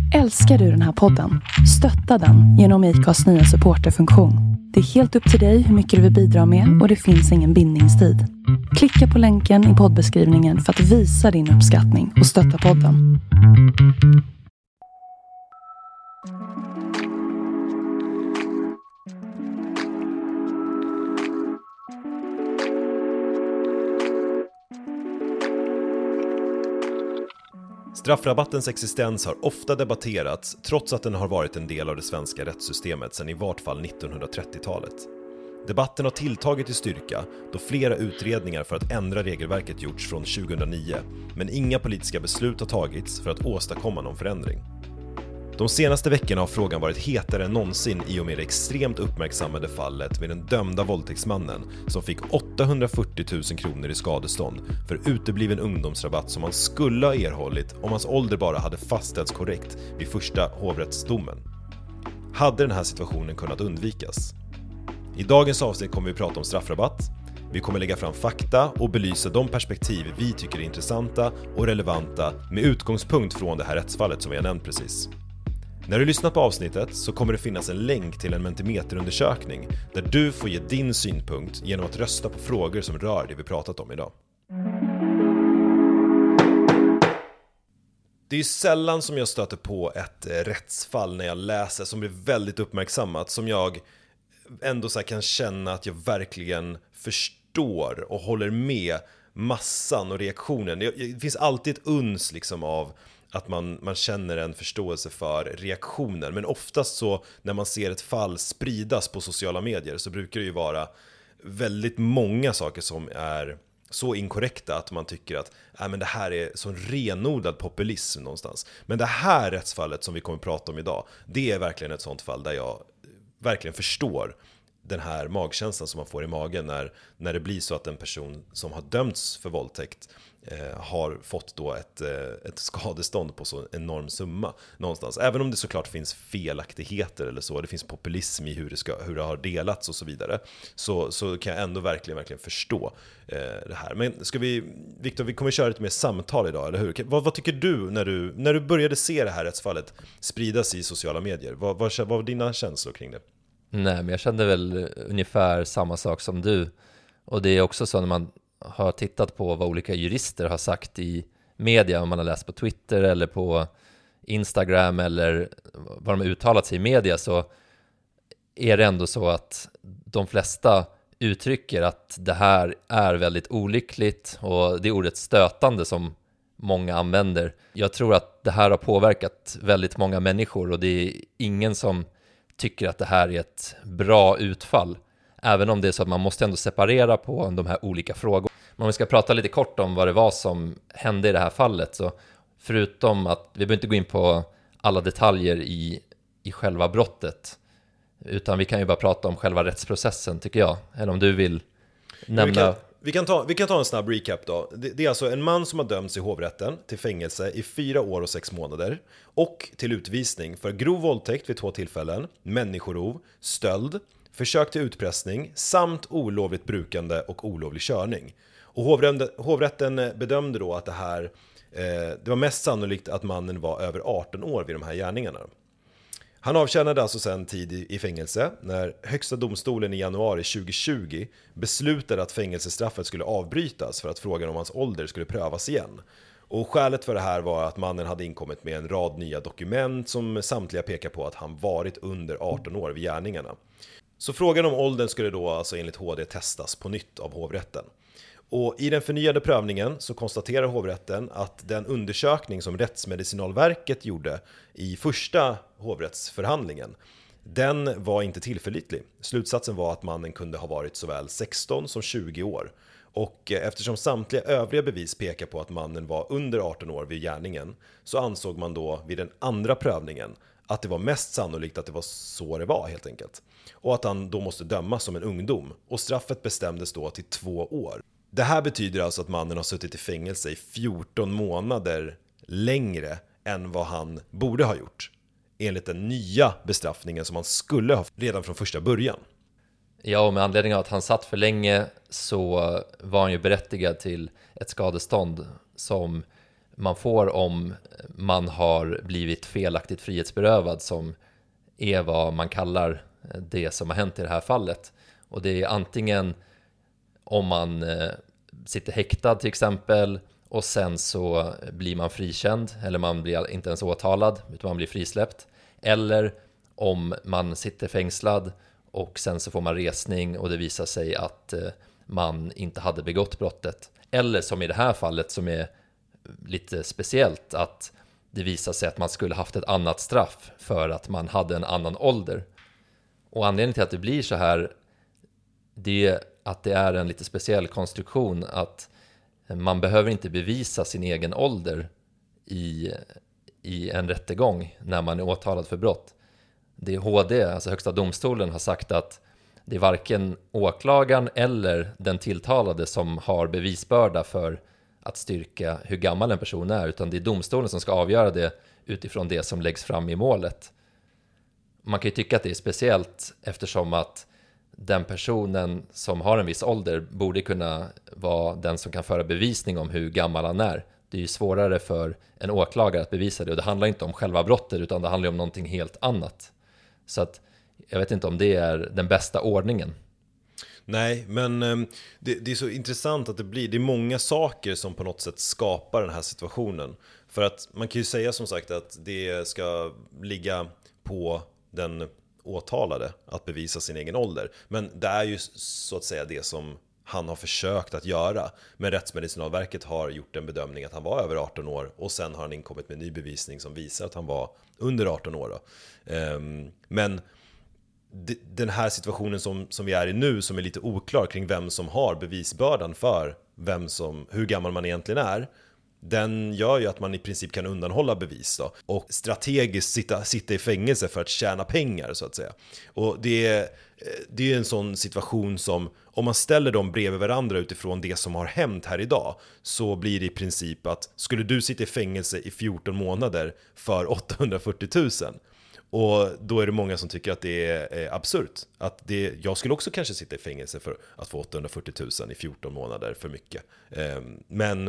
Älskar du den här podden? Stötta den genom IKAs nya supporterfunktion. Det är helt upp till dig hur mycket du vill bidra med och det finns ingen bindningstid. Klicka på länken i poddbeskrivningen för att visa din uppskattning och stötta podden. Straffrabattens existens har ofta debatterats trots att den har varit en del av det svenska rättssystemet sedan i vart fall 1930-talet. Debatten har tilltagit i styrka då flera utredningar för att ändra regelverket gjorts från 2009, men inga politiska beslut har tagits för att åstadkomma någon förändring. De senaste veckorna har frågan varit hetare än någonsin i och med det extremt uppmärksammade fallet med den dömda våldtäktsmannen som fick 840 000 kronor i skadestånd för utebliven ungdomsrabatt som han skulle ha erhållit om hans ålder bara hade fastställts korrekt vid första hovrättsdomen. Hade den här situationen kunnat undvikas? I dagens avsnitt kommer vi prata om straffrabatt. Vi kommer lägga fram fakta och belysa de perspektiv vi tycker är intressanta och relevanta med utgångspunkt från det här rättsfallet som vi har nämnt precis. När du lyssnar på avsnittet så kommer det finnas en länk till en Mentimeter-undersökning där du får ge din synpunkt genom att rösta på frågor som rör det vi pratat om idag. Det är ju sällan som jag stöter på ett rättsfall när jag läser som blir väldigt uppmärksammat, som jag ändå så här kan känna att jag verkligen förstår och håller med massan och reaktionen. Det finns alltid ett uns liksom av att man känner en förståelse för reaktionen. Men oftast så när man ser ett fall spridas på sociala medier så brukar det ju vara väldigt många saker som är så inkorrekta att man tycker att men det här är så renodlad populism någonstans. Men det här rättsfallet som vi kommer att prata om idag, det är verkligen ett sånt fall där jag verkligen förstår den här magkänslan som man får i magen när det blir så att en person som har dömts för våldtäkt har fått då ett skadestånd på så enorm summa någonstans. Även om det såklart finns felaktigheter eller så, det finns populism i hur det har delats och så vidare, så kan jag ändå verkligen förstå det här. Men Victor, vi kommer köra lite mer samtal idag, eller hur? Vad tycker du när du började se det här rättsfallet spridas i sociala medier? Vad var dina känslor kring det? Nej, men jag kände väl ungefär samma sak som du. Och det är också så när man har tittat på vad olika jurister har sagt i media, om man har läst på Twitter eller på Instagram eller vad de har uttalat sig i media, så är det ändå så att de flesta uttrycker att det här är väldigt olyckligt, och det är ordet stötande som många använder. Jag tror att det här har påverkat väldigt många människor, och det är ingen som tycker att det här är ett bra utfall, även om det är så att man måste ändå separera på de här olika frågorna. Men om vi ska prata lite kort om vad det var som hände i det här fallet, så förutom att vi behöver inte gå in på alla detaljer i själva brottet, utan vi kan ju bara prata om själva rättsprocessen, tycker jag. Eller om du vill nämna... Vi kan ta en snabb recap då. Det är alltså en man som har dömts i hovrätten till fängelse i 4 år och 6 månader och till utvisning för grov våldtäkt vid 2 tillfällen, människorov, stöld, försök till utpressning samt olovligt brukande och olovlig körning. Och hovrätten bedömde då att det var mest sannolikt att mannen var över 18 år vid de här gärningarna. Han avtjänade alltså sedan tid i fängelse när högsta domstolen i januari 2020 beslutade att fängelsestraffet skulle avbrytas för att frågan om hans ålder skulle prövas igen. Och skälet för det här var att mannen hade inkommit med en rad nya dokument som samtliga pekar på att han varit under 18 år vid gärningarna. Så frågan om åldern skulle då alltså enligt HD testas på nytt av hovrätten. Och i den förnyade prövningen så konstaterar hovrätten att den undersökning som Rättsmedicinalverket gjorde i första hovrättsförhandlingen, den var inte tillförlitlig. Slutsatsen var att mannen kunde ha varit såväl 16 som 20 år. Och eftersom samtliga övriga bevis pekar på att mannen var under 18 år vid gärningen, så ansåg man då vid den andra prövningen att det var mest sannolikt att det var så det var helt enkelt. Och att han då måste dömas som en ungdom. Och straffet bestämdes då till 2 år. Det här betyder alltså att mannen har suttit i fängelse i 14 månader längre än vad han borde ha gjort, enligt den nya bestraffningen som han skulle ha redan från första början. Ja, och med anledning av att han satt för länge så var han ju berättigad till ett skadestånd som man får om man har blivit felaktigt frihetsberövad, som är vad man kallar det som har hänt i det här fallet. Och det är antingen om man sitter häktad till exempel och sen så blir man frikänd, eller man blir inte ens åtalad utan man blir frisläppt, eller om man sitter fängslad och sen så får man resning och det visar sig att man inte hade begått brottet. Eller som i det här fallet som är lite speciellt, att det visar sig att man skulle haft ett annat straff för att man hade en annan ålder. Och anledningen till att det blir så här, det är att det är en lite speciell konstruktion, att man behöver inte bevisa sin egen ålder i en rättegång när man är åtalad för brott. Det är HD, alltså högsta domstolen, har sagt att det är varken åklagaren eller den tilltalade som har bevisbörda för att styrka hur gammal en person är, utan det är domstolen som ska avgöra det utifrån det som läggs fram i målet. Man kan ju tycka att det är speciellt eftersom att den personen som har en viss ålder borde kunna vara den som kan föra bevisning om hur gammal han är. Det är ju svårare för en åklagare att bevisa det, och det handlar inte om själva brottet utan det handlar om någonting helt annat. Så att jag vet inte om det är den bästa ordningen. Nej, men det är så intressant att det är många saker som på något sätt skapar den här situationen. För att man kan ju säga som sagt att det ska ligga på den åtalade att bevisa sin egen ålder. Men det är ju så att säga det som han har försökt att göra. Men Rättsmedicinalverket har gjort en bedömning att han var över 18 år och sen har han inkommit med ny bevisning som visar att han var under 18 år. Men den här situationen som vi är i nu, som är lite oklar kring vem som har bevisbördan för hur gammal man egentligen är, den gör ju att man i princip kan undanhålla bevis då, och strategiskt sitta i fängelse för att tjäna pengar så att säga. Och det är en sån situation som, om man ställer dem bredvid varandra utifrån det som har hänt här idag, så blir det i princip att skulle du sitta i fängelse i 14 månader för 840 000, och då är det många som tycker att det är absurt. Jag skulle också kanske sitta i fängelse för att få 840 000 i 14 månader för mycket. Men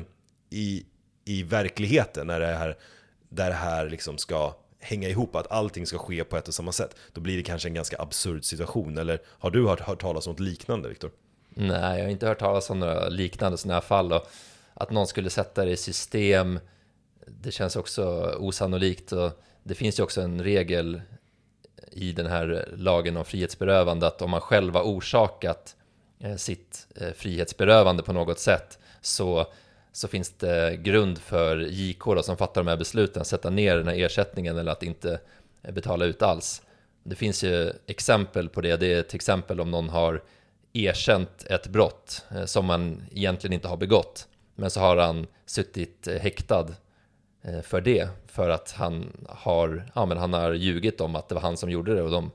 i verkligheten, när det här liksom ska hänga ihop, att allting ska ske på ett och samma sätt, då blir det kanske en ganska absurd situation. Eller har du hört talas om något liknande, Viktor? Nej, jag har inte hört talas om några liknande sådana här fall. Och att någon skulle sätta det i system, det känns också osannolikt. Och det finns ju också en regel i den här lagen om frihetsberövande att om man själv har orsakat sitt frihetsberövande på något sätt, så finns det grund för JK då, som fattar de här besluten, att sätta ner den här ersättningen eller att inte betala ut alls. Det finns ju exempel på det. Det är till exempel om någon har erkänt ett brott som man egentligen inte har begått, men så har han suttit häktad för det, för att han har ljugit om att det var han som gjorde det, och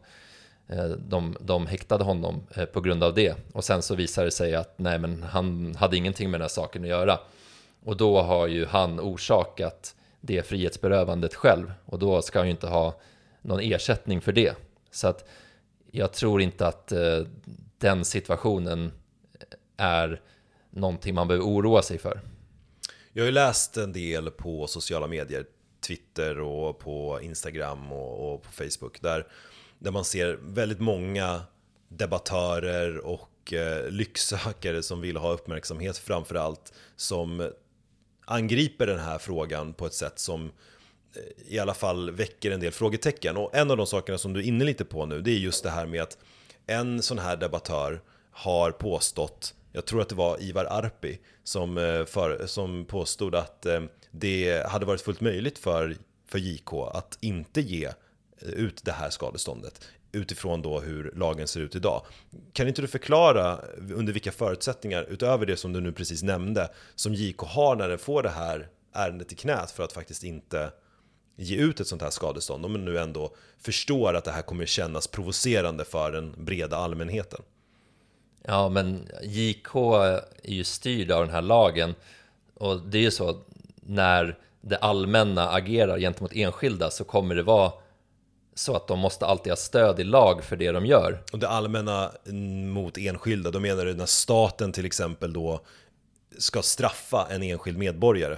de häktade honom på grund av det. Och sen så visar det sig att nej, men han hade ingenting med den här saken att göra. Och då har ju han orsakat det frihetsberövandet själv, och då ska han ju inte ha någon ersättning för det. Så att jag tror inte att den situationen är någonting man behöver oroa sig för. Jag har ju läst en del på sociala medier, Twitter och på Instagram och på Facebook, där man ser väldigt många debattörer och lycksökare som vill ha uppmärksamhet framförallt, som angriper den här frågan på ett sätt som i alla fall väcker en del frågetecken. Och en av de sakerna som du är inne lite på nu, det är just det här med att en sån här debattör har påstått, jag tror att det var Ivar Arpi som påstod att det hade varit fullt möjligt för JK att inte ge ut det här skadeståndet utifrån då hur lagen ser ut idag. Kan inte du förklara under vilka förutsättningar, utöver det som du nu precis nämnde, som JK har när den får det här ärendet i knät för att faktiskt inte ge ut ett sånt här skadestånd, om man nu ändå förstår att det här kommer kännas provocerande för den breda allmänheten? Ja, men JK är ju styrd av den här lagen, och det är ju så, när det allmänna agerar gentemot enskilda så kommer det vara så att de måste alltid ha stöd i lag för det de gör. Och det allmänna mot enskilda, då menar du när staten till exempel då ska straffa en enskild medborgare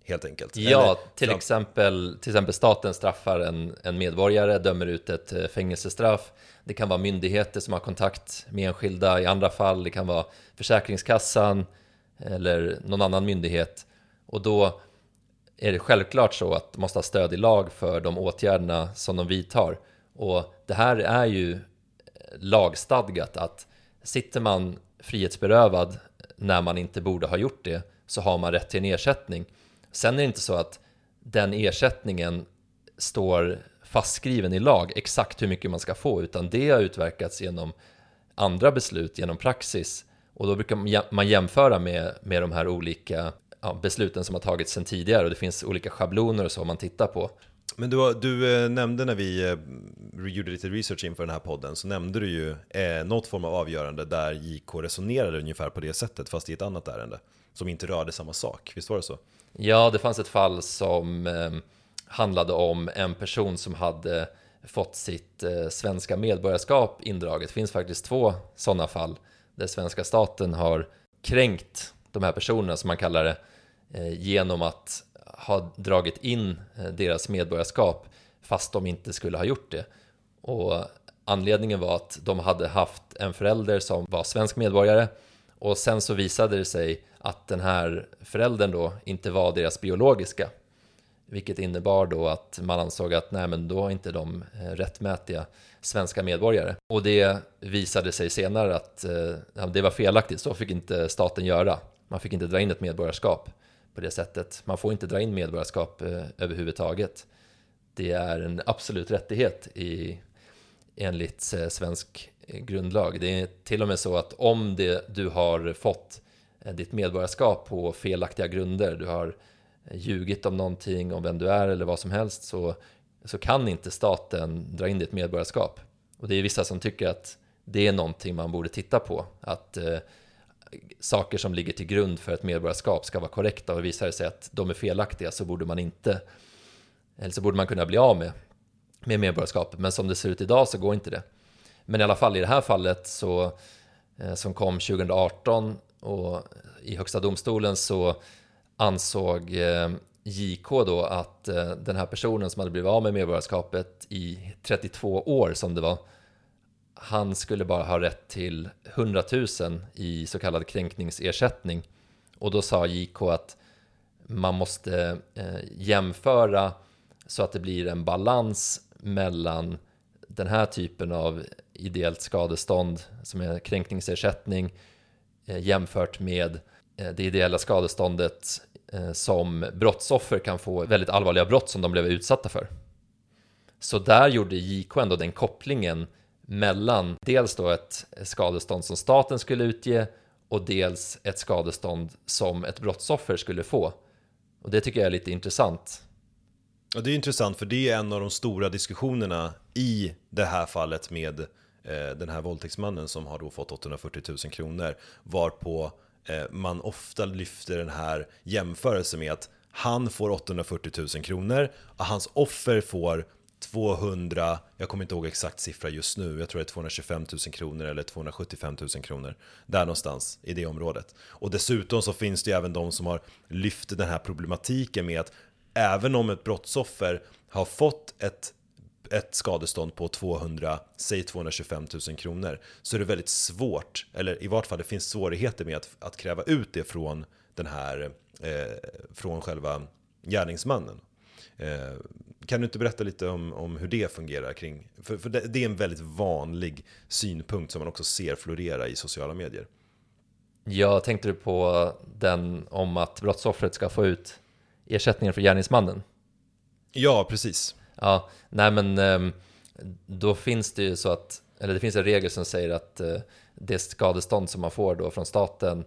helt enkelt. Ja, till exempel staten straffar en medborgare, dömer ut ett fängelsestraff. Det kan vara myndigheter som har kontakt med enskilda i andra fall. Det kan vara Försäkringskassan eller någon annan myndighet. Och då är det självklart så att de måste ha stöd i lag för de åtgärderna som de vidtar. Och det här är ju lagstadgat att sitter man frihetsberövad när man inte borde ha gjort det, så har man rätt till en ersättning. Sen är det inte så att den ersättningen står fastskriven i lag exakt hur mycket man ska få, utan det har utverkats genom andra beslut, genom praxis. Och då brukar man jämföra med de här olika besluten som har tagits sedan tidigare, och det finns olika schabloner och så man tittar på. Men du nämnde när vi gjorde lite research inför den här podden, så nämnde du ju något form av avgörande där JK resonerade ungefär på det sättet, fast i ett annat ärende som inte rörde samma sak. Visst var det så? Ja, det fanns ett fall som handlade om en person som hade fått sitt svenska medborgarskap indraget. Det finns faktiskt 2 sådana fall där svenska staten har kränkt de här personerna, som man kallar det, genom att ha dragit in deras medborgarskap fast de inte skulle ha gjort det. Och anledningen var att de hade haft en förälder som var svensk medborgare, och sen så visade det sig att den här föräldern då inte var deras biologiska, vilket innebar då att man ansåg att nej, men då är inte de rättmätiga svenska medborgare. Och det visade sig senare att det var felaktigt. Så fick inte staten göra. Man fick inte dra in ett medborgarskap på det sättet. Man får inte dra in medborgarskap överhuvudtaget. Det är en absolut rättighet enligt svensk grundlag. Det är till och med så att om du har fått ditt medborgarskap på felaktiga grunder, du har ljugit om någonting, om vem du är eller vad som helst, så kan inte staten dra in ditt medborgarskap. Och det är vissa som tycker att det är någonting man borde titta på, att saker som ligger till grund för ett medborgarskap ska vara korrekta, och visar det sig att de är felaktiga, så borde man inte, eller så borde man kunna bli av med medborgarskapet. Men som det ser ut idag så går inte det. Men i alla fall i det här fallet så, som kom 2018, och i Högsta domstolen, så ansåg JK då att den här personen som hade blivit av med medborgarskapet i 32 år som det var, han skulle bara ha rätt till 100 000 i så kallad kränkningsersättning. Och då sa JK att man måste jämföra så att det blir en balans mellan den här typen av ideellt skadestånd som är kränkningsersättning jämfört med det ideella skadeståndet som brottsoffer kan få väldigt allvarliga brott som de blev utsatta för. Så där gjorde JK ändå den kopplingen mellan dels då ett skadestånd som staten skulle utge och dels ett skadestånd som ett brottsoffer skulle få. Och det tycker jag är lite intressant. Ja, det är intressant, för det är en av de stora diskussionerna i det här fallet med den här våldtäktsmannen som har då fått 840 000 kronor, varpå man ofta lyfter den här jämförelsen med att han får 840 000 kronor och hans offer får 200, jag kommer inte ihåg exakt siffra just nu, jag tror det är 225 000 kronor eller 275 000 kronor, där någonstans i det området. Och dessutom så finns det ju även de som har lyft den här problematiken med att även om ett brottsoffer har fått ett skadestånd på 225 000 kronor, så är det väldigt svårt, eller i vart fall det finns svårigheter med att kräva ut det från den här från själva gärningsmannen. Kan du inte berätta lite om hur det fungerar kring, för det är en väldigt vanlig synpunkt som man också ser florera i sociala medier. Jag tänkte du på den om att brottsoffret ska få ut ersättningen för gärningsmannen? Ja, precis. Ja, nej men då finns det ju så att, eller det finns en regel som säger att det skadestånd som man får då från staten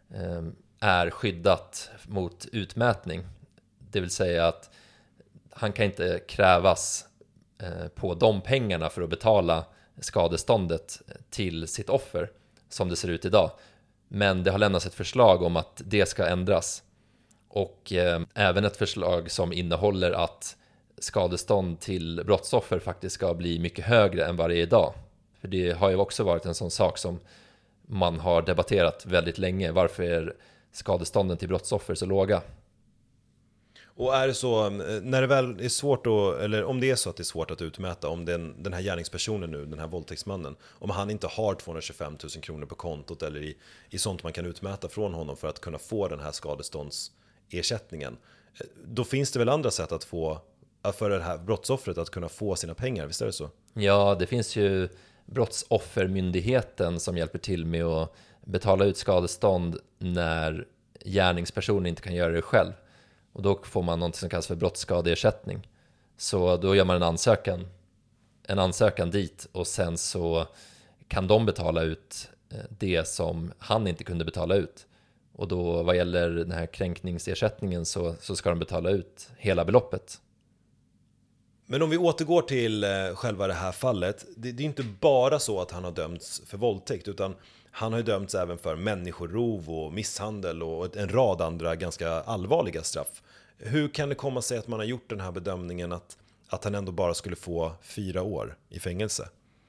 är skyddat mot utmätning. Det vill säga att han kan inte krävas på de pengarna för att betala skadeståndet till sitt offer som det ser ut idag. Men det har lämnats ett förslag om att det ska ändras. Och även ett förslag som innehåller att skadestånd till brottsoffer faktiskt ska bli mycket högre än vad det är idag. För det har ju också varit en sån sak som man har debatterat väldigt länge. Varför är skadestånden till brottsoffer så låga? Och är det så, när det väl är svårt att, eller om det är så att det är svårt att utmäta om den här gärningspersonen nu, den här våldtäktsmannen, om han inte har 225 000 kronor på kontot eller i sånt man kan utmäta från honom för att kunna få den här skadeståndsersättningen, då finns det väl andra sätt att få, för det här brottsoffret att kunna få sina pengar, visst är det så? Ja, det finns ju Brottsoffermyndigheten som hjälper till med att betala ut skadestånd när gärningspersonen inte kan göra det själv. Och då får man något som kallas för brottsskadeersättning. Så då gör man en ansökan dit, och sen så kan de betala ut det som han inte kunde betala ut. Och då vad gäller den här kränkningsersättningen så ska de betala ut hela beloppet. Men om vi återgår till själva det här fallet, det är inte bara så att han har dömts för våldtäkt, utan han har ju dömts även för människorov och misshandel och en rad andra ganska allvarliga straff. Hur kan det komma sig att man har gjort den här bedömningen att han ändå bara skulle få 4 år i fängelse?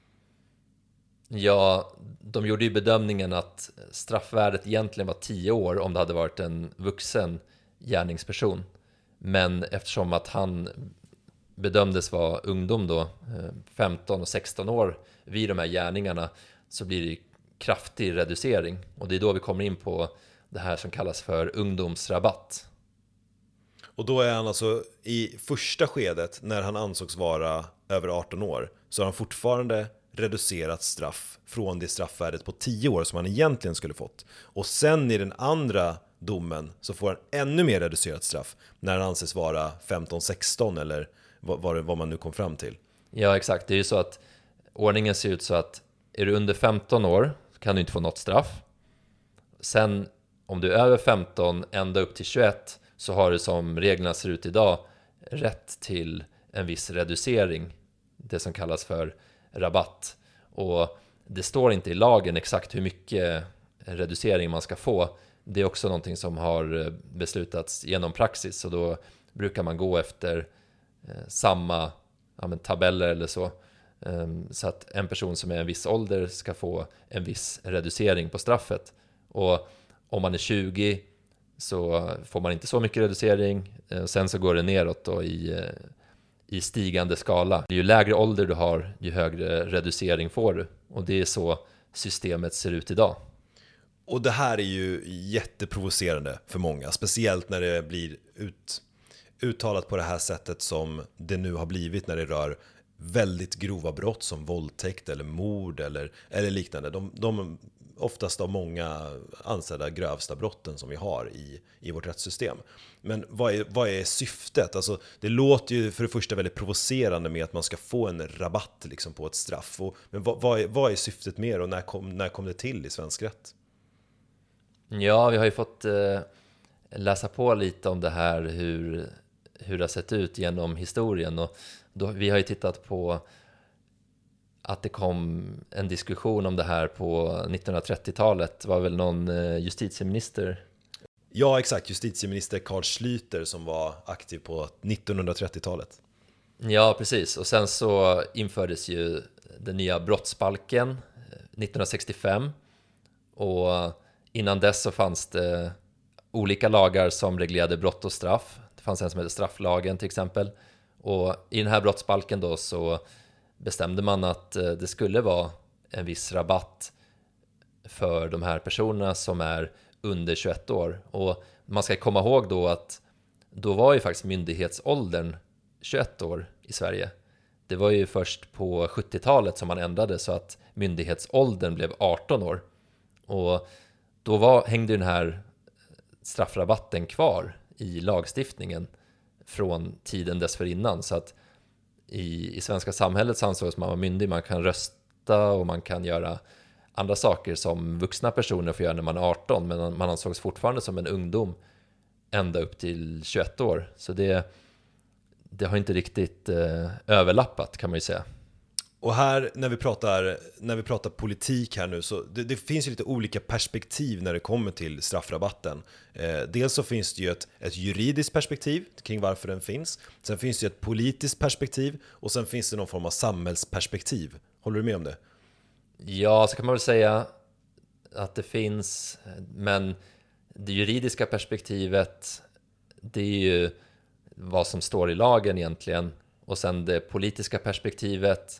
Ja, de gjorde ju bedömningen att straffvärdet egentligen var 10 år om det hade varit en vuxen gärningsperson. Men eftersom att han bedömdes vara ungdom då, 15 och 16 år vid de här gärningarna, så blir det kraftig reducering. Och det är då vi kommer in på det här som kallas för ungdomsrabatt. Och då är han alltså i första skedet, när han ansågs vara över 18 år, så har han fortfarande reducerat straff från det straffvärdet på 10 år som han egentligen skulle fått. Och sen i den andra domen så får han ännu mer reducerat straff när han anses vara 15-16 eller vad man nu kom fram till. Ja, exakt. Det är ju så att ordningen ser ut så att är du under 15 år kan du inte få något straff. Sen om du är över 15 ända upp till 21 så har du, som reglerna ser ut idag, rätt till en viss reducering. Det som kallas för rabatt. Och det står inte i lagen exakt hur mycket reducering man ska få. Det är också någonting som har beslutats genom praxis. Så då brukar man gå efter samma tabeller eller så. Så att en person som är en viss ålder ska få en viss reducering på straffet. Och om man är 20 så får man inte så mycket reducering. Sen så går det neråt då i stigande skala. Ju lägre ålder du har, ju högre reducering får du. Och det är så systemet ser ut idag. Och det här är ju jätteprovocerande för många, speciellt när det blir uttalat på det här sättet som det nu har blivit när det rör väldigt grova brott som våldtäkt eller mord eller liknande. De oftast av många ansedda grövsta brotten som vi har i vårt rättssystem. Men vad är syftet? Alltså, det låter ju för det första väldigt provocerande med att man ska få en rabatt liksom, på ett straff. Men vad är syftet med det, och när kom det till i svensk rätt? Ja, vi har ju fått läsa på lite om det här, hur det har sett ut genom historien. Och vi har ju tittat på att det kom en diskussion om det här på 1930-talet. Det var väl någon justitieminister? Ja, exakt. Justitieminister Carl Schlüter som var aktiv på 1930-talet. Ja, precis. Och sen så infördes ju den nya brottsbalken 1965. Och innan dess så fanns det olika lagar som reglerade brott och straff. Det fanns en som heter strafflagen till exempel. Och i den här brottsbalken då så bestämde man att det skulle vara en viss rabatt för de här personerna som är under 21 år. Och man ska komma ihåg då att då var ju faktiskt myndighetsåldern 21 år i Sverige. Det var ju först på 70-talet som man ändrade så att myndighetsåldern blev 18 år. Och då hängde den här straffrabatten kvar i lagstiftningen från tiden dessförinnan. Så att i svenska samhället så ansågs man vara myndig. Man kan rösta och man kan göra andra saker som vuxna personer får göra när man är 18. Men man ansågs fortfarande som en ungdom ända upp till 21 år. Så det har inte riktigt överlappat, kan man ju säga. Och här när vi pratar politik här nu, så det finns ju lite olika perspektiv när det kommer till straffrabatten. Dels så finns det ju ett juridiskt perspektiv kring varför den finns. Sen finns det ju ett politiskt perspektiv och sen finns det någon form av samhällsperspektiv. Håller du med om det? Ja, så kan man väl säga att det finns, men det juridiska perspektivet, det är ju vad som står i lagen egentligen. Och sen det politiska perspektivet,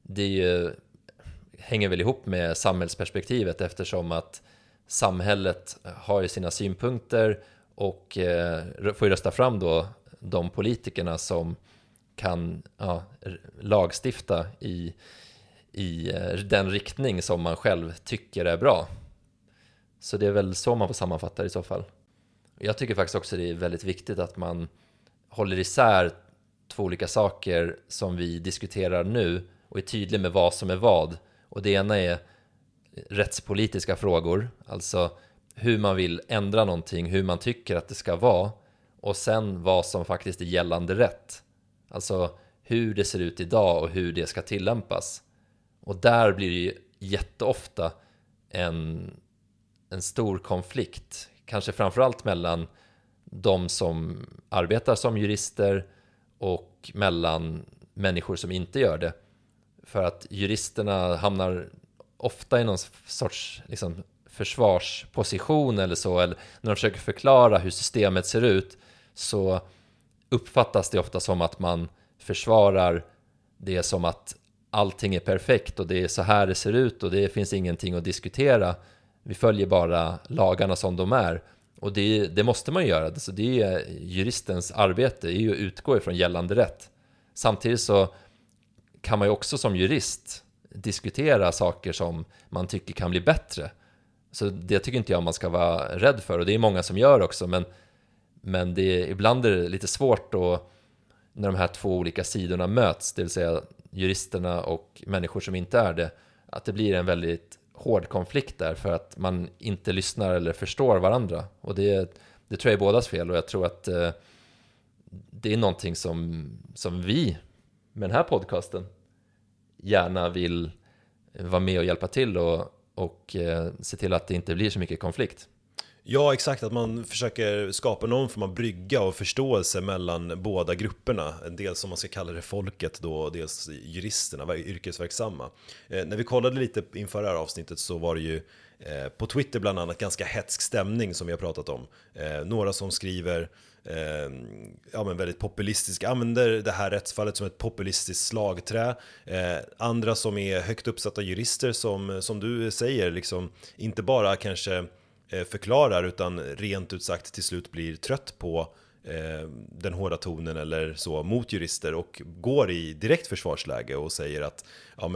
hänger väl ihop med samhällsperspektivet, eftersom att samhället har ju sina synpunkter och får ju rösta fram då de politikerna som kan lagstifta i den riktning som man själv tycker är bra. Så det är väl så man får sammanfatta det i så fall. Jag tycker faktiskt också det är väldigt viktigt att man håller isär två olika saker som vi diskuterar nu och är tydlig med vad som är vad. Och det ena är rättspolitiska frågor, alltså hur man vill ändra någonting, hur man tycker att det ska vara, och sen vad som faktiskt är gällande rätt. Alltså hur det ser ut idag och hur det ska tillämpas. Och där blir det ju jätteofta en stor konflikt, kanske framförallt mellan de som arbetar som jurister och mellan människor som inte gör det. För att juristerna hamnar ofta i någon sorts liksom försvarsposition eller så, eller när de försöker förklara hur systemet ser ut, så uppfattas det ofta som att man försvarar det som att allting är perfekt och det är så här det ser ut och det finns ingenting att diskutera. Vi följer bara lagarna som de är. Och det måste man göra. Så det är juristens arbete, är ju att utgå ifrån gällande rätt. Samtidigt så kan man ju också som jurist diskutera saker som man tycker kan bli bättre. Så det tycker inte jag man ska vara rädd för. Och det är många som gör också. Men ibland är det lite svårt då, när de här två olika sidorna möts, det vill säga juristerna och människor som inte är det, att det blir en väldigt hård konflikt där för att man inte lyssnar eller förstår varandra. Och det tror jag är bådas fel, och jag tror att det är någonting som vi med den här podcasten gärna vill vara med och hjälpa till och se till att det inte blir så mycket konflikt. Ja, exakt, att man försöker skapa någon form av brygga och förståelse mellan båda grupperna. Dels som man ska kalla det folket då, och dels juristerna, yrkesverksamma. När vi kollade lite inför det här avsnittet så var det ju på Twitter bland annat ganska hetsk stämning som vi har pratat om. Några som skriver men väldigt populistiskt, använder det här rättsfallet som ett populistiskt slagträ. Andra som är högt uppsatta jurister som du säger, liksom inte bara kanske förklarar utan rent ut sagt till slut blir trött på den hårda tonen eller så mot jurister och går i direkt försvarsläge och säger att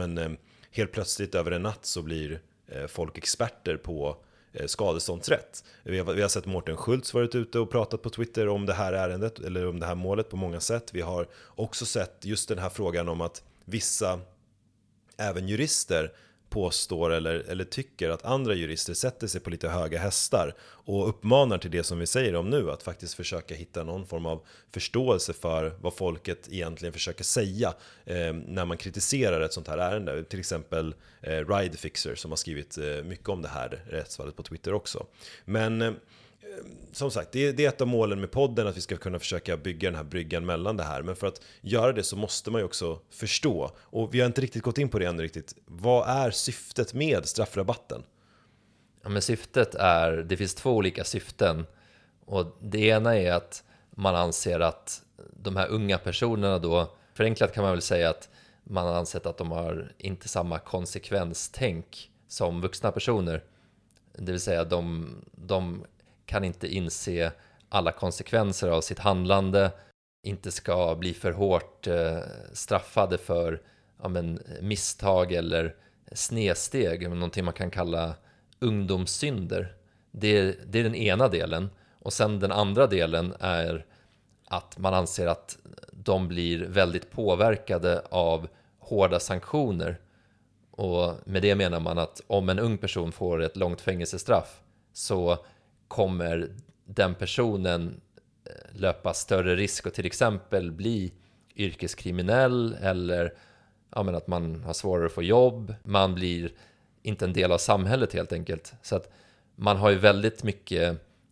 helt plötsligt över en natt så blir folk experter på skadeståndsrätt. Vi har sett Mårten Schultz varit ute och pratat på Twitter om det här ärendet eller om det här målet på många sätt. Vi har också sett just den här frågan om att vissa, även jurister, påstår eller tycker att andra jurister sätter sig på lite höga hästar och uppmanar till det som vi säger om nu, att faktiskt försöka hitta någon form av förståelse för vad folket egentligen försöker säga när man kritiserar ett sånt här ärende. Till exempel Ridefixer som har skrivit mycket om det här rättsfallet på Twitter också. Men som sagt, det är ett av målen med podden, att vi ska kunna försöka bygga den här bryggan mellan det här. Men för att göra det så måste man ju också förstå, och vi har inte riktigt gått in på det än riktigt. Vad är syftet med straffrabatten? Ja, men det finns två olika syften. Och det ena är att man anser att de här unga personerna då, förenklat kan man väl säga att man har ansett att de har inte samma konsekvenstänk som vuxna personer. Det vill säga de kan inte inse alla konsekvenser av sitt handlande, inte ska bli för hårt straffade för misstag eller snedsteg, någonting man kan kalla ungdomssynder. Det är den ena delen. Och sen den andra delen är att man anser att de blir väldigt påverkade av hårda sanktioner. Och med det menar man att om en ung person får ett långt fängelsestraff så kommer den personen löpa större risk att till exempel bli yrkeskriminell, eller att man har svårare att få jobb. Man blir inte en del av samhället helt enkelt. Så att man har ju väldigt mycket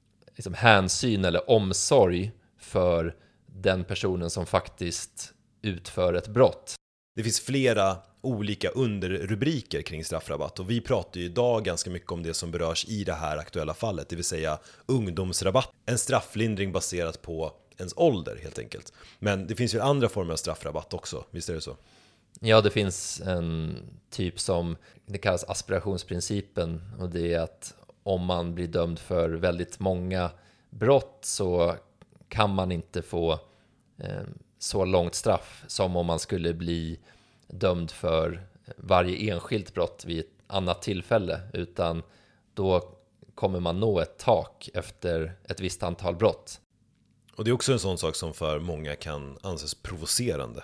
hänsyn eller omsorg för den personen som faktiskt utför ett brott. Det finns flera olika underrubriker kring straffrabatt, och vi pratar ju idag ganska mycket om det som berörs i det här aktuella fallet, det vill säga ungdomsrabatt. En strafflindring baserat på ens ålder helt enkelt. Men det finns ju andra former av straffrabatt också, visst är det så? Ja, det finns en typ som det kallas aspirationsprincipen, och det är att om man blir dömd för väldigt många brott så kan man inte få så långt straff som om man skulle bli dömd för varje enskilt brott vid ett annat tillfälle, utan då kommer man nå ett tak efter ett visst antal brott. Och det är också en sån sak som för många kan anses provocerande.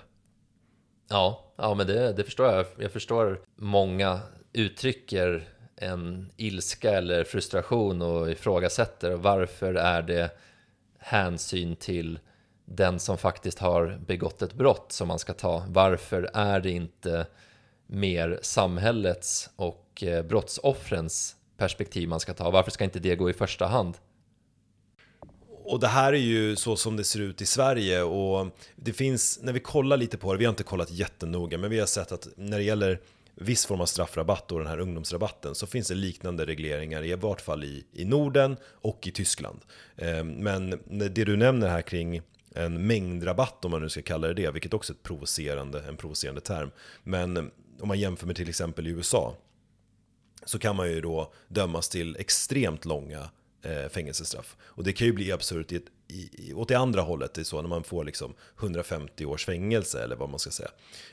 Ja, men det förstår jag. Jag förstår många uttrycker en ilska eller frustration och ifrågasätter varför är det hänsyn till den som faktiskt har begått ett brott som man ska ta. Varför är det inte mer samhällets och brottsoffrens perspektiv man ska ta? Varför ska inte det gå i första hand? Och det här är ju så som det ser ut i Sverige, och det finns, när vi kollar lite på det, vi har inte kollat jättenoga, men vi har sett att när det gäller viss form av straffrabatt och den här ungdomsrabatten så finns det liknande regleringar i vart fall i Norden och i Tyskland. Men det du nämner här kring en mängdrabatt, om man nu ska kalla det, vilket också är en provocerande term, men om man jämför med till exempel i USA så kan man ju då dömas till extremt långa fängelsestraff. Och det kan ju bli absurt åt det andra hållet, det är så när man får liksom 150 års fängelse eller vad man ska säga.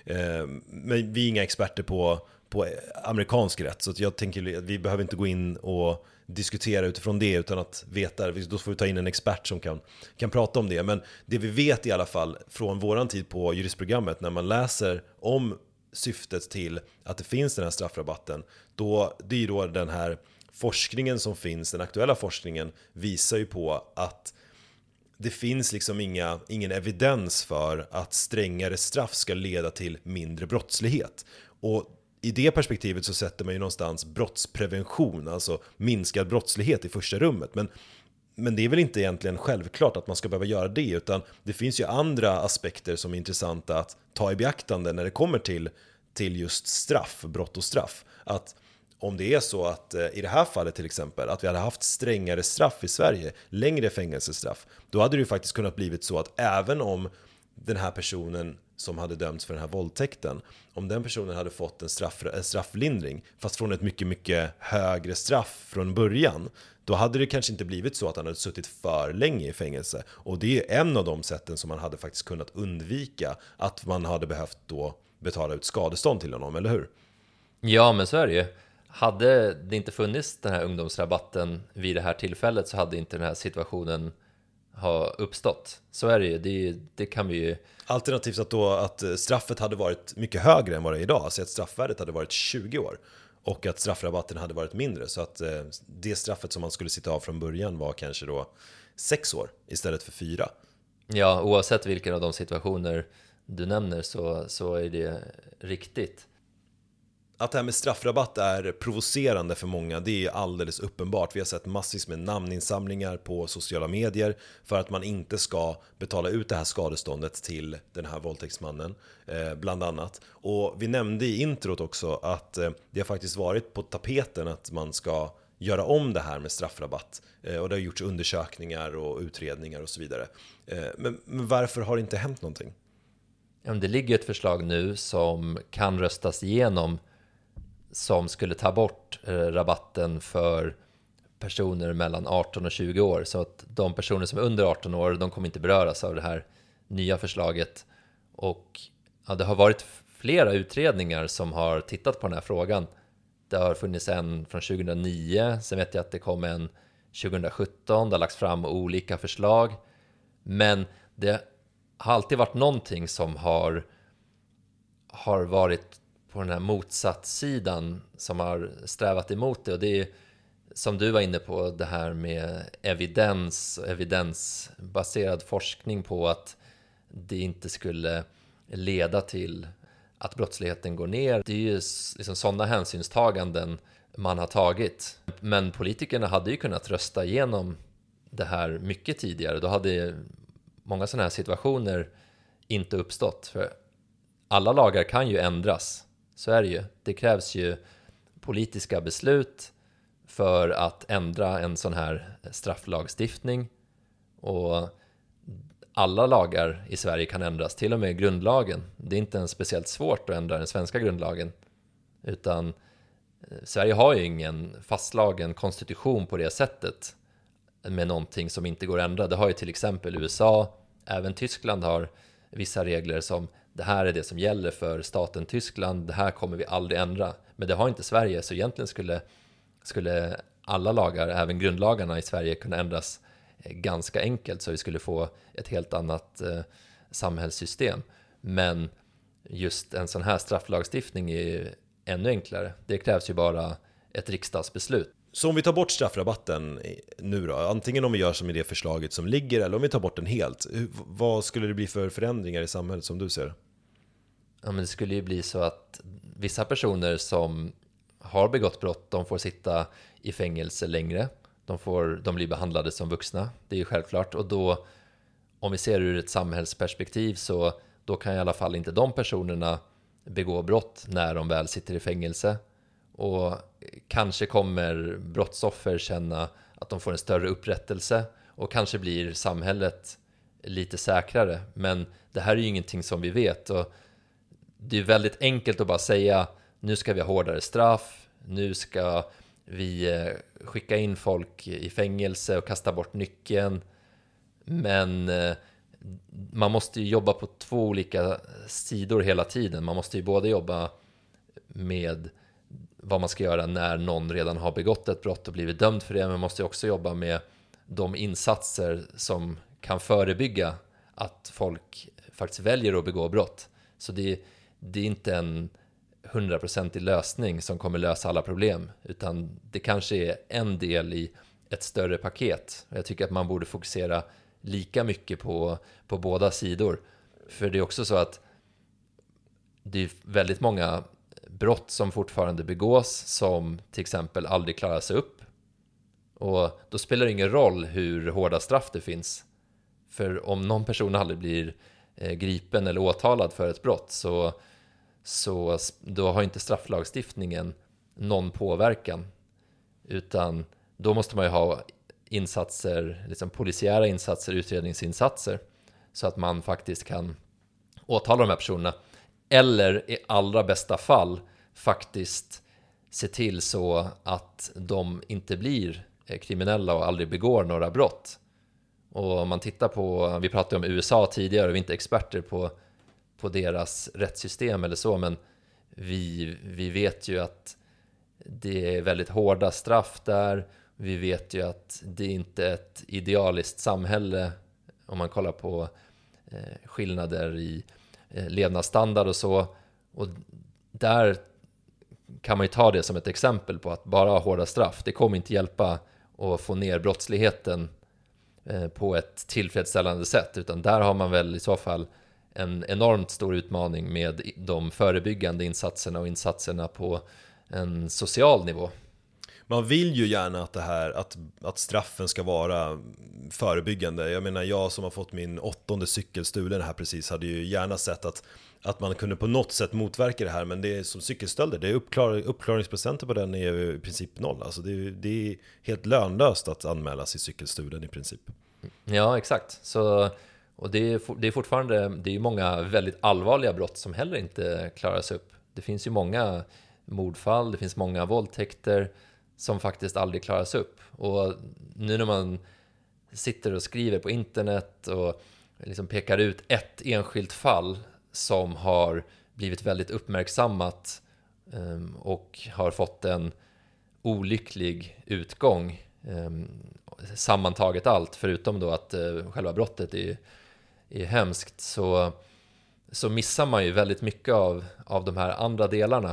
Men vi är inga experter på amerikansk rätt, så att jag tänker att vi behöver inte gå in och diskutera utifrån det utan att veta, då får vi ta in en expert som kan prata om det. Men det vi vet i alla fall från våran tid på juristprogrammet, när man läser om syftet till att det finns den här straffrabatten, det är då den här forskningen som finns, den aktuella forskningen visar ju på att det finns liksom ingen evidens för att strängare straff ska leda till mindre brottslighet. Och i det perspektivet så sätter man ju någonstans brottsprevention, alltså minskad brottslighet i första rummet. Men det är väl inte egentligen självklart att man ska behöva göra det, utan det finns ju andra aspekter som är intressanta att ta i beaktande när det kommer till just straff, brott och straff. Att om det är så att i det här fallet till exempel att vi hade haft strängare straff i Sverige, längre fängelsestraff, då hade det ju faktiskt kunnat blivit så att även om den här personen som hade dömts för den här våldtäkten, om den personen hade fått en strafflindring fast från ett mycket, mycket högre straff från början, då hade det kanske inte blivit så att han hade suttit för länge i fängelse. Och det är en av de sätten som man hade faktiskt kunnat undvika att man hade behövt då betala ut skadestånd till honom, eller hur? Ja, men så är det ju. Hade det inte funnits den här ungdomsrabatten vid det här tillfället så hade inte den här situationen ha uppstått. Så är det ju, det kan vi ju. Alternativt att straffet hade varit mycket högre än vad det är idag, alltså att straffvärdet hade varit 20 år och att straffrabatten hade varit mindre, så att det straffet som man skulle sitta av från början var kanske då 6 år istället för 4. Ja, oavsett vilken av de situationer du nämner så är det riktigt. Att det här med straffrabatt är provocerande för många, det är alldeles uppenbart. Vi har sett massvis med namninsamlingar på sociala medier för att man inte ska betala ut det här skadeståndet till den här våldtäktsmannen, bland annat. Och vi nämnde i introt också att det har faktiskt varit på tapeten att man ska göra om det här med straffrabatt. Och det har gjorts undersökningar och utredningar och så vidare. Men varför har det inte hänt någonting? Det ligger ett förslag nu som kan röstas igenom som skulle ta bort rabatten för personer mellan 18 och 20 år. Så att de personer som är under 18 år, de kommer inte beröras av det här nya förslaget. Och ja, det har varit flera utredningar som har tittat på den här frågan. Det har funnits en från 2009, sen vet jag att det kom en 2017, det har lagts fram olika förslag. Men det har alltid varit någonting som har varit på den här motsatssidan som har strävat emot det. Och det är som du var inne på, det här med evidensbaserad forskning på att det inte skulle leda till att brottsligheten går ner. Det är ju liksom sådana hänsynstaganden man har tagit. Men politikerna hade ju kunnat rösta igenom det här mycket tidigare. Då hade många sådana här situationer inte uppstått. För alla lagar kan ju ändras. Så är det ju. Det krävs ju politiska beslut för att ändra en sån här strafflagstiftning. Och alla lagar i Sverige kan ändras, till och med grundlagen. Det är inte ens speciellt svårt att ändra den svenska grundlagen, utan Sverige har ju ingen fastslagen konstitution på det sättet med någonting som inte går att ändra. Det har ju till exempel USA, även Tyskland har vissa regler som det här är det som gäller för staten Tyskland, det här kommer vi aldrig ändra. Men det har inte Sverige, så egentligen skulle alla lagar, även grundlagarna i Sverige, kunna ändras ganska enkelt, så vi skulle få ett helt annat samhällssystem. Men just en sån här strafflagstiftning är ju ännu enklare. Det krävs ju bara ett riksdagsbeslut. Så om vi tar bort straffrabatten nu då, antingen om vi gör som i det förslaget som ligger eller om vi tar bort den helt, vad skulle det bli för förändringar i samhället som du ser? Ja, men det skulle ju bli så att vissa personer som har begått brott, de får sitta i fängelse längre. De blir behandlade som vuxna, det är ju självklart. Och då, om vi ser ur ett samhällsperspektiv, så då kan i alla fall inte de personerna begå brott när de väl sitter i fängelse. Och kanske kommer brottsoffer känna att de får en större upprättelse, och kanske blir samhället lite säkrare. Men det här är ju ingenting som vi vet, och det är väldigt enkelt att bara säga nu ska vi ha hårdare straff, nu ska vi skicka in folk i fängelse och kasta bort nyckeln. Men man måste ju jobba på två olika sidor hela tiden. Man måste ju både jobba med vad man ska göra när någon redan har begått ett brott och blivit dömd för det, men man måste ju också jobba med de insatser som kan förebygga att folk faktiskt väljer att begå brott. Så det är inte en 100% lösning som kommer lösa alla problem, utan det kanske är en del i ett större paket. Jag tycker att man borde fokusera lika mycket på båda sidor. För det är också så att det är väldigt många brott som fortfarande begås som till exempel aldrig klarar sig upp. Och då spelar det ingen roll hur hårda straff det finns. För om någon person aldrig blir gripen eller åtalad för ett brott, så då har inte strafflagstiftningen någon påverkan. Utan då måste man ju ha insatser, liksom polisiära insatser, utredningsinsatser, så att man faktiskt kan åtala de här personerna. Eller i allra bästa fall faktiskt se till så att de inte blir kriminella och aldrig begår några brott. Och om man tittar på, vi pratade om USA tidigare, och vi är inte experter på deras rättssystem eller så, men vi vet ju att det är väldigt hårda straff där. Vi vet ju att det inte är ett idealiskt samhälle om man kollar på skillnader i levnadsstandard och så. Och där kan man ju ta det som ett exempel på att bara ha hårda straff, det kommer inte hjälpa att få ner brottsligheten på ett tillfredsställande sätt, utan där har man väl i så fall en enormt stor utmaning med de förebyggande insatserna och insatserna på en social nivå. Man vill ju gärna att straffen ska vara förebyggande. Jag menar, jag som har fått min 8:e cykelstulen här precis hade ju gärna sett att man kunde på något sätt motverka det här. Men det är som cykelstölder, det är uppklaringsprocenten på den är i princip 0. Alltså det är helt lönlöst att anmälas i cykelstulen i princip. Ja, exakt. Så, och det är fortfarande, det är ju många väldigt allvarliga brott som heller inte klaras upp. Det finns ju många mordfall, det finns många våldtäkter som faktiskt aldrig klaras upp. Och nu när man sitter och skriver på internet och liksom pekar ut ett enskilt fall som har blivit väldigt uppmärksammat och har fått en olycklig utgång, sammantaget allt, förutom då att själva brottet är hemskt, så missar man ju väldigt mycket av de här andra delarna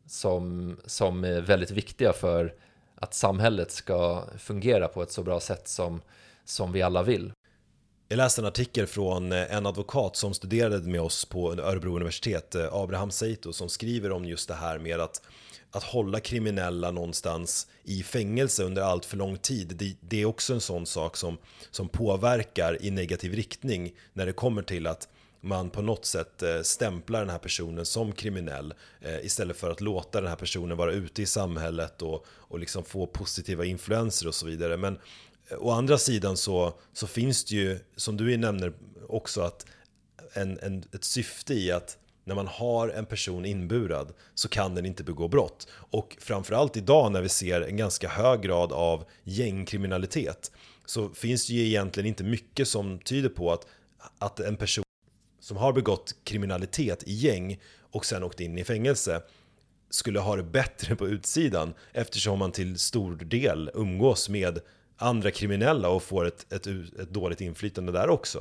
som är väldigt viktiga för att samhället ska fungera på ett så bra sätt som vi alla vill. Jag läste en artikel från en advokat som studerade med oss på Örebro universitet, Abraham Seito, som skriver om just det här med att hålla kriminella någonstans i fängelse under allt för lång tid. Det är också en sån sak som påverkar i negativ riktning när det kommer till att man på något sätt stämplar den här personen som kriminell istället för att låta den här personen vara ute i samhället och liksom få positiva influenser och så vidare. Men å andra sidan så finns det ju, som du nämner också, att ett syfte i att när man har en person inburad så kan den inte begå brott. Och framförallt idag när vi ser en ganska hög grad av gängkriminalitet, så finns det ju egentligen inte mycket som tyder på att en person som har begått kriminalitet i gäng och sen åkt in i fängelse skulle ha det bättre på utsidan, eftersom man till stor del umgås med andra kriminella och får ett dåligt inflytande där också.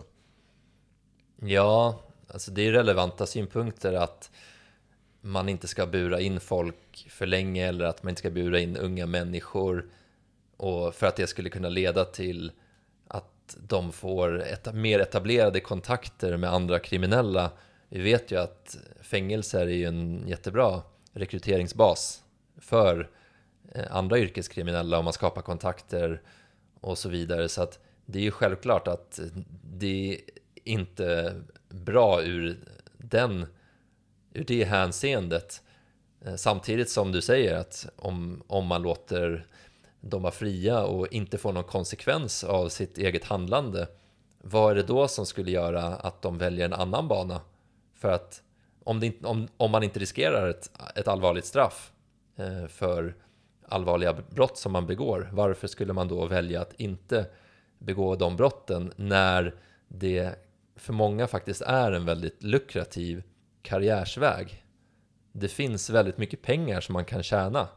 Ja, alltså det är relevanta synpunkter att man inte ska bura in folk för länge, eller att man inte ska bura in unga människor, och för att det skulle kunna leda till att de får mer etablerade kontakter med andra kriminella. Vi vet ju att fängelser är ju en jättebra rekryteringsbas för andra yrkeskriminella, om man skapar kontakter och så vidare. Så att det är ju självklart att det är inte bra ur det hänseendet. Samtidigt som du säger att om man låter dem vara fria och inte får någon konsekvens av sitt eget handlande, vad är det då som skulle göra att de väljer en annan bana? För att om man inte riskerar ett allvarligt straff för allvarliga brott som man begår, varför skulle man då välja att inte begå de brotten, när det för många faktiskt är en väldigt lukrativ karriärsväg? Det finns väldigt mycket pengar som man kan tjäna,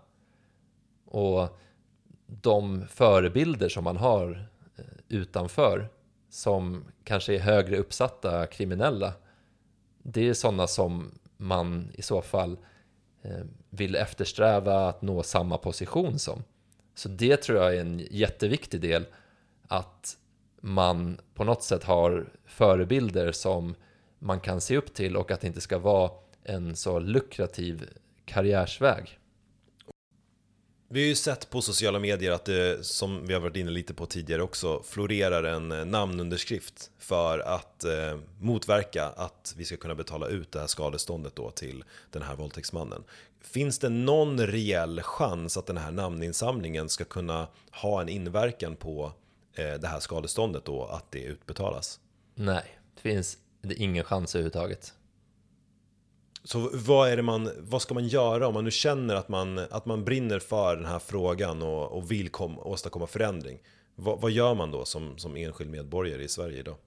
och de förebilder som man har utanför, som kanske är högre uppsatta kriminella, det är sådana som man i så fall vill eftersträva att nå samma position som. Så det tror jag är en jätteviktig del, att man på något sätt har förebilder som man kan se upp till, och att det inte ska vara en så lukrativ karriärsväg. Vi har ju sett på sociala medier att det, som vi har varit inne lite på tidigare också, florerar en namnunderskrift för att motverka att vi ska kunna betala ut det här skadeståndet då till den här våldtäktsmannen. Finns det någon reell chans att den här namninsamlingen ska kunna ha en inverkan på det här skadeståndet då, att det utbetalas? Nej, det är ingen chans överhuvudtaget. Så vad ska man göra om man nu känner att man brinner för den här frågan och vill åstadkomma förändring? Vad gör man då som enskild medborgare i Sverige idag?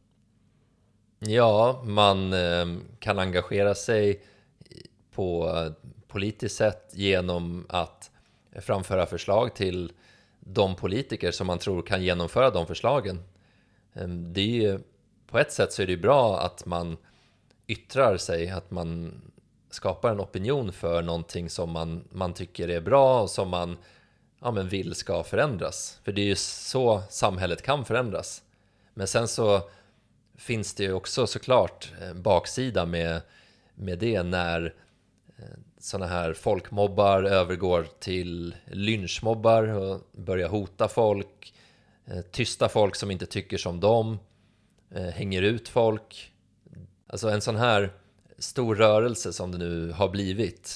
Ja, man kan engagera sig på politiskt sätt genom att framföra förslag till de politiker som man tror kan genomföra de förslagen. Det är ju, på ett sätt så är det bra att man yttrar sig, att man skapar en opinion för någonting som man tycker är bra och som man vill ska förändras. För det är ju så samhället kan förändras. Men sen så finns det ju också såklart baksida med det, när såna här folkmobbar övergår till lynchmobbar och börjar hota folk, tysta folk som inte tycker som dem, hänger ut folk. Alltså en sån här stor rörelse som det nu har blivit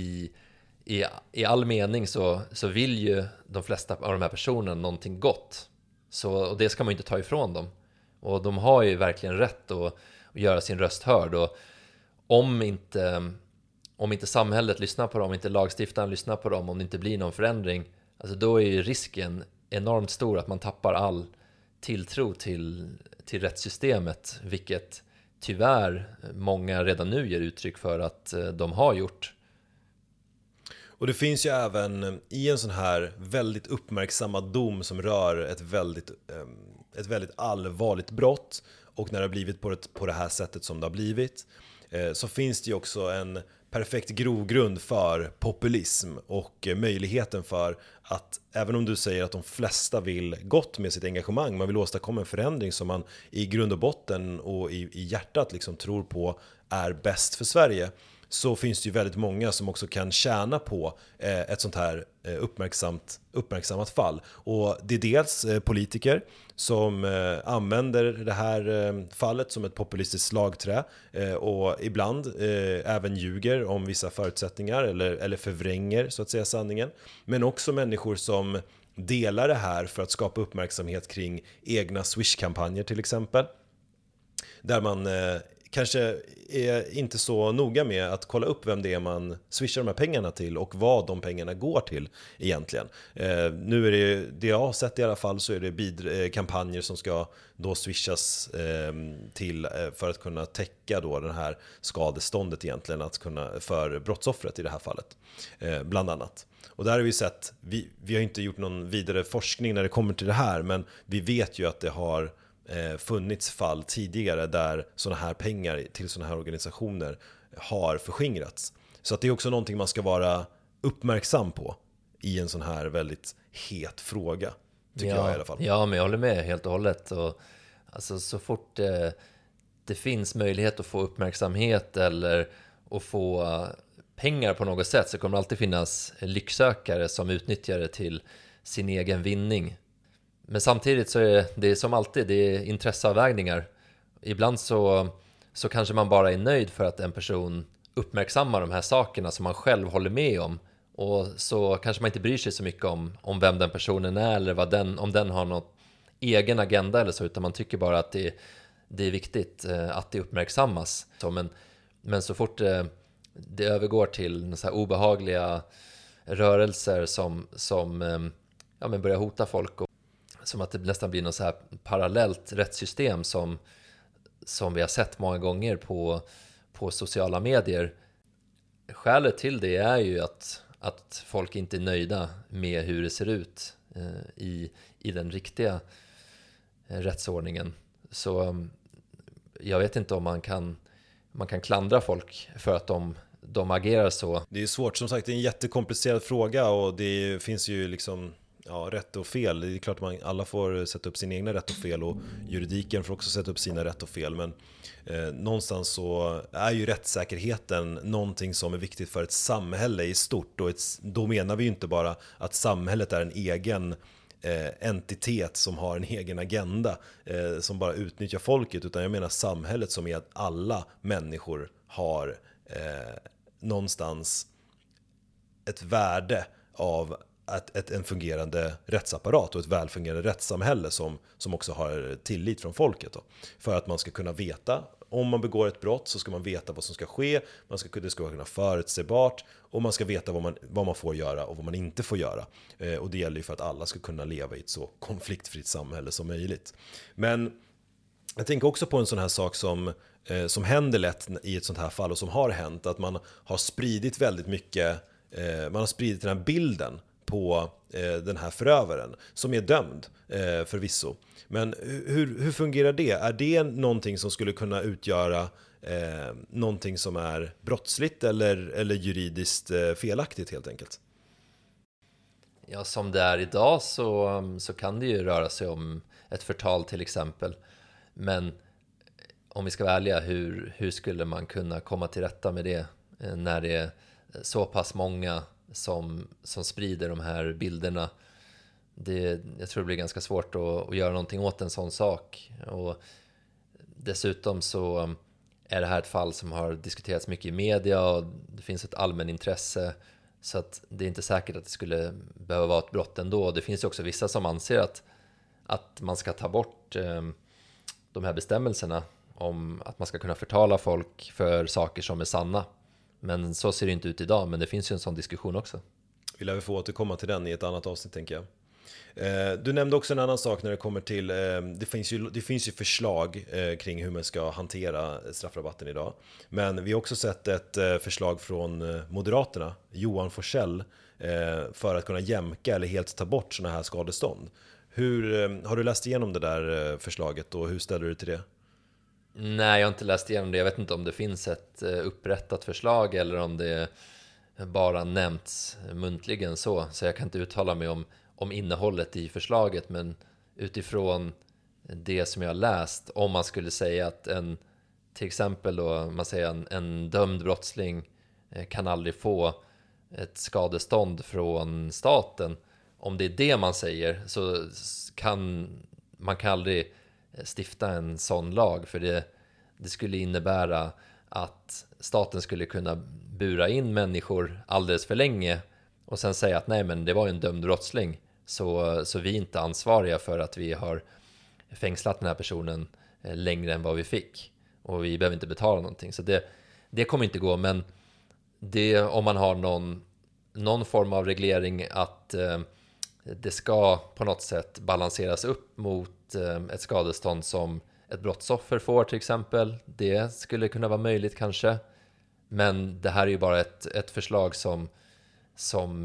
i all mening, så vill ju de flesta av de här personerna någonting gott. Och det ska man ju inte ta ifrån dem. Och de har ju verkligen rätt att göra sin röst hörd. Och om inte samhället lyssnar på dem, om inte lagstiftaren lyssnar på dem, om det inte blir någon förändring, alltså då är ju risken enormt stor att man tappar all tilltro till rättssystemet, vilket tyvärr många redan nu ger uttryck för att de har gjort. Och det finns ju även i en sån här väldigt uppmärksammad dom som rör ett väldigt allvarligt brott, och när det har blivit på det här sättet som det har blivit, så finns det ju också en perfekt grogrund för populism och möjligheten för att, även om du säger att de flesta vill gott med sitt engagemang, man vill åstadkomma en förändring som man i grund och botten och i hjärtat liksom tror på är bäst för Sverige, så finns det ju väldigt många som också kan tjäna på ett sånt här uppmärksammat fall. Och det är dels politiker som använder det här fallet som ett populistiskt slagträ och ibland även ljuger om vissa förutsättningar eller förvränger så att säga sanningen. Men också människor som delar det här för att skapa uppmärksamhet kring egna Swish-kampanjer till exempel. Där man kanske är inte så noga med att kolla upp vem det är man swishar de här pengarna till och vad de pengarna går till egentligen. Nu är det jag har sett i alla fall, så är det kampanjer som ska då swishas till för att kunna täcka då det här skadeståndet egentligen, att kunna för brottsoffret i det här fallet, bland annat. Och där har vi sett, vi har inte gjort någon vidare forskning när det kommer till det här, men vi vet ju att det har funnits fall tidigare där sådana här pengar till sådana här organisationer har förskingrats. Så att det är också någonting man ska vara uppmärksam på i en sån här väldigt het fråga, tycker jag i alla fall. Ja, men jag håller med helt och hållet. Och, alltså, så fort det finns möjlighet att få uppmärksamhet eller att få pengar på något sätt, så kommer det alltid finnas lycksökare som utnyttjar det till sin egen vinning. Men samtidigt så är det som alltid, det är intresseavvägningar. Ibland så kanske man bara är nöjd för att en person uppmärksammar de här sakerna som man själv håller med om. Och så kanske man inte bryr sig så mycket om vem den personen är eller om den har någon egen agenda eller så, utan man tycker bara att det är viktigt att det uppmärksammas. Men så fort det övergår till så här obehagliga rörelser som börjar hota folk, och som att det nästan blir något så här parallellt rättssystem som vi har sett många gånger på sociala medier. Skälet till det är ju att folk inte är nöjda med hur det ser ut i den riktiga rättsordningen. Så jag vet inte om man kan klandra folk för att de agerar så. Det är svårt, som sagt, det är en jättekomplicerad fråga, och det finns ju liksom rätt och fel. Det är klart att alla får sätta upp sin egna rätt och fel, och juridiken får också sätta upp sina rätt och fel, men någonstans så är ju rättssäkerheten någonting som är viktigt för ett samhälle i stort, och då menar vi ju inte bara att samhället är en egen entitet som har en egen agenda som bara utnyttjar folket, utan jag menar samhället som är att alla människor har någonstans ett värde av en fungerande rättsapparat och ett välfungerande rättssamhälle som också har tillit från folket då. För att man ska kunna veta, om man begår ett brott så ska man veta vad som ska ske, det ska kunna förutsägbart, och man ska veta vad man får göra och vad man inte får göra. Och det gäller ju för att alla ska kunna leva i ett så konfliktfritt samhälle som möjligt. Men jag tänker också på en sån här sak som händer lätt i ett sånt här fall, och som har hänt, att man har spridit väldigt mycket, man har spridit den här bilden på den här förövaren som är dömd förvisso. Men hur fungerar det? Är det någonting som skulle kunna utgöra någonting som är brottsligt eller juridiskt felaktigt helt enkelt? Ja, som det är idag så kan det ju röra sig om ett förtal till exempel. Men om vi ska vara ärliga, hur skulle man kunna komma till rätta med det när det är så pass många som sprider de här bilderna? Jag tror det blir ganska svårt att göra någonting åt en sån sak. Och dessutom så är det här ett fall som har diskuterats mycket i media, och det finns ett allmän intresse, så att det är inte säkert att det skulle behöva vara ett brott ändå. Det finns ju också vissa som anser att man ska ta bort de här bestämmelserna om att man ska kunna förtala folk för saker som är sanna. Men så ser det inte ut idag, men det finns ju en sån diskussion också. Vi lär få återkomma till den i ett annat avsnitt, tänker jag. Du nämnde också en annan sak när det kommer till, det finns ju förslag kring hur man ska hantera straffrabatten idag. Men vi har också sett ett förslag från Moderaterna, Johan Forssell, för att kunna jämka eller helt ta bort såna här skadestånd. Har du läst igenom det där förslaget, och hur ställer du till det? Nej, jag har inte läst igenom det. Jag vet inte om det finns ett upprättat förslag eller om det bara nämnts muntligen så jag kan inte uttala mig om innehållet i förslaget. Men utifrån det som jag har läst, om man skulle säga att till exempel då, man säger en dömd brottsling kan aldrig få ett skadestånd från staten. Om det är det man säger, så kan man aldrig stifta en sån lag, för det skulle innebära att staten skulle kunna bura in människor alldeles för länge och sen säga att nej, men det var ju en dömd brottsling, så vi är inte ansvariga för att vi har fängslat den här personen längre än vad vi fick. Och vi behöver inte betala någonting. Så det kommer inte gå, men om man har någon form av reglering att det ska på något sätt balanseras upp mot ett skadestånd som ett brottsoffer får till exempel. Det skulle kunna vara möjligt kanske. Men det här är ju bara ett förslag som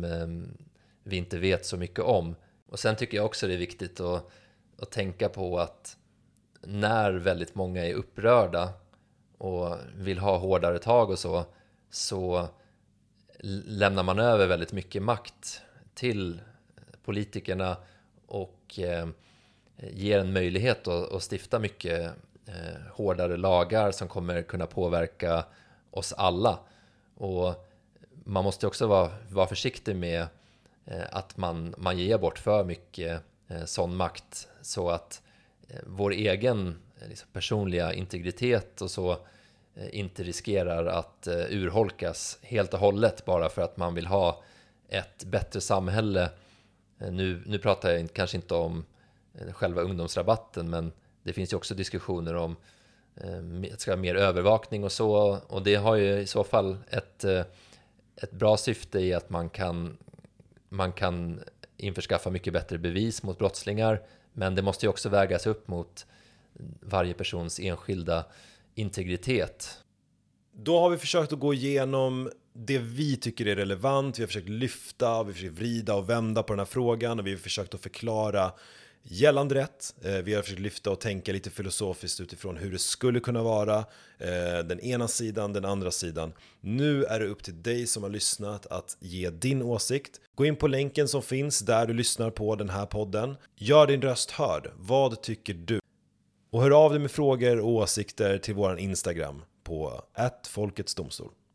vi inte vet så mycket om. Och sen tycker jag också det är viktigt att tänka på att när väldigt många är upprörda och vill ha hårdare tag och så lämnar man över väldigt mycket makt till politikerna och ger en möjlighet att stifta mycket hårdare lagar som kommer kunna påverka oss alla. Och man måste också vara försiktig med att man ger bort för mycket sån makt så att vår egen liksom, personliga integritet och så inte riskerar att urholkas helt och hållet bara för att man vill ha ett bättre samhälle. Nu pratar jag kanske inte om själva ungdomsrabatten, men det finns ju också diskussioner om att ska ha mer övervakning och så, och det har ju i så fall ett bra syfte i att man kan införskaffa mycket bättre bevis mot brottslingar, men det måste ju också vägas upp mot varje persons enskilda integritet. Då har vi försökt att gå igenom det vi tycker är relevant. Vi har försökt lyfta, vi har försökt vrida och vända på den här frågan, och vi har försökt att förklara gällande rätt. Vi har försökt lyfta och tänka lite filosofiskt utifrån hur det skulle kunna vara, den ena sidan, den andra sidan. Nu är det upp till dig som har lyssnat att ge din åsikt. Gå in på länken som finns där du lyssnar på den här podden. Gör din röst hörd. Vad tycker du? Och hör av dig med frågor och åsikter till våran Instagram på @folketsdomstol.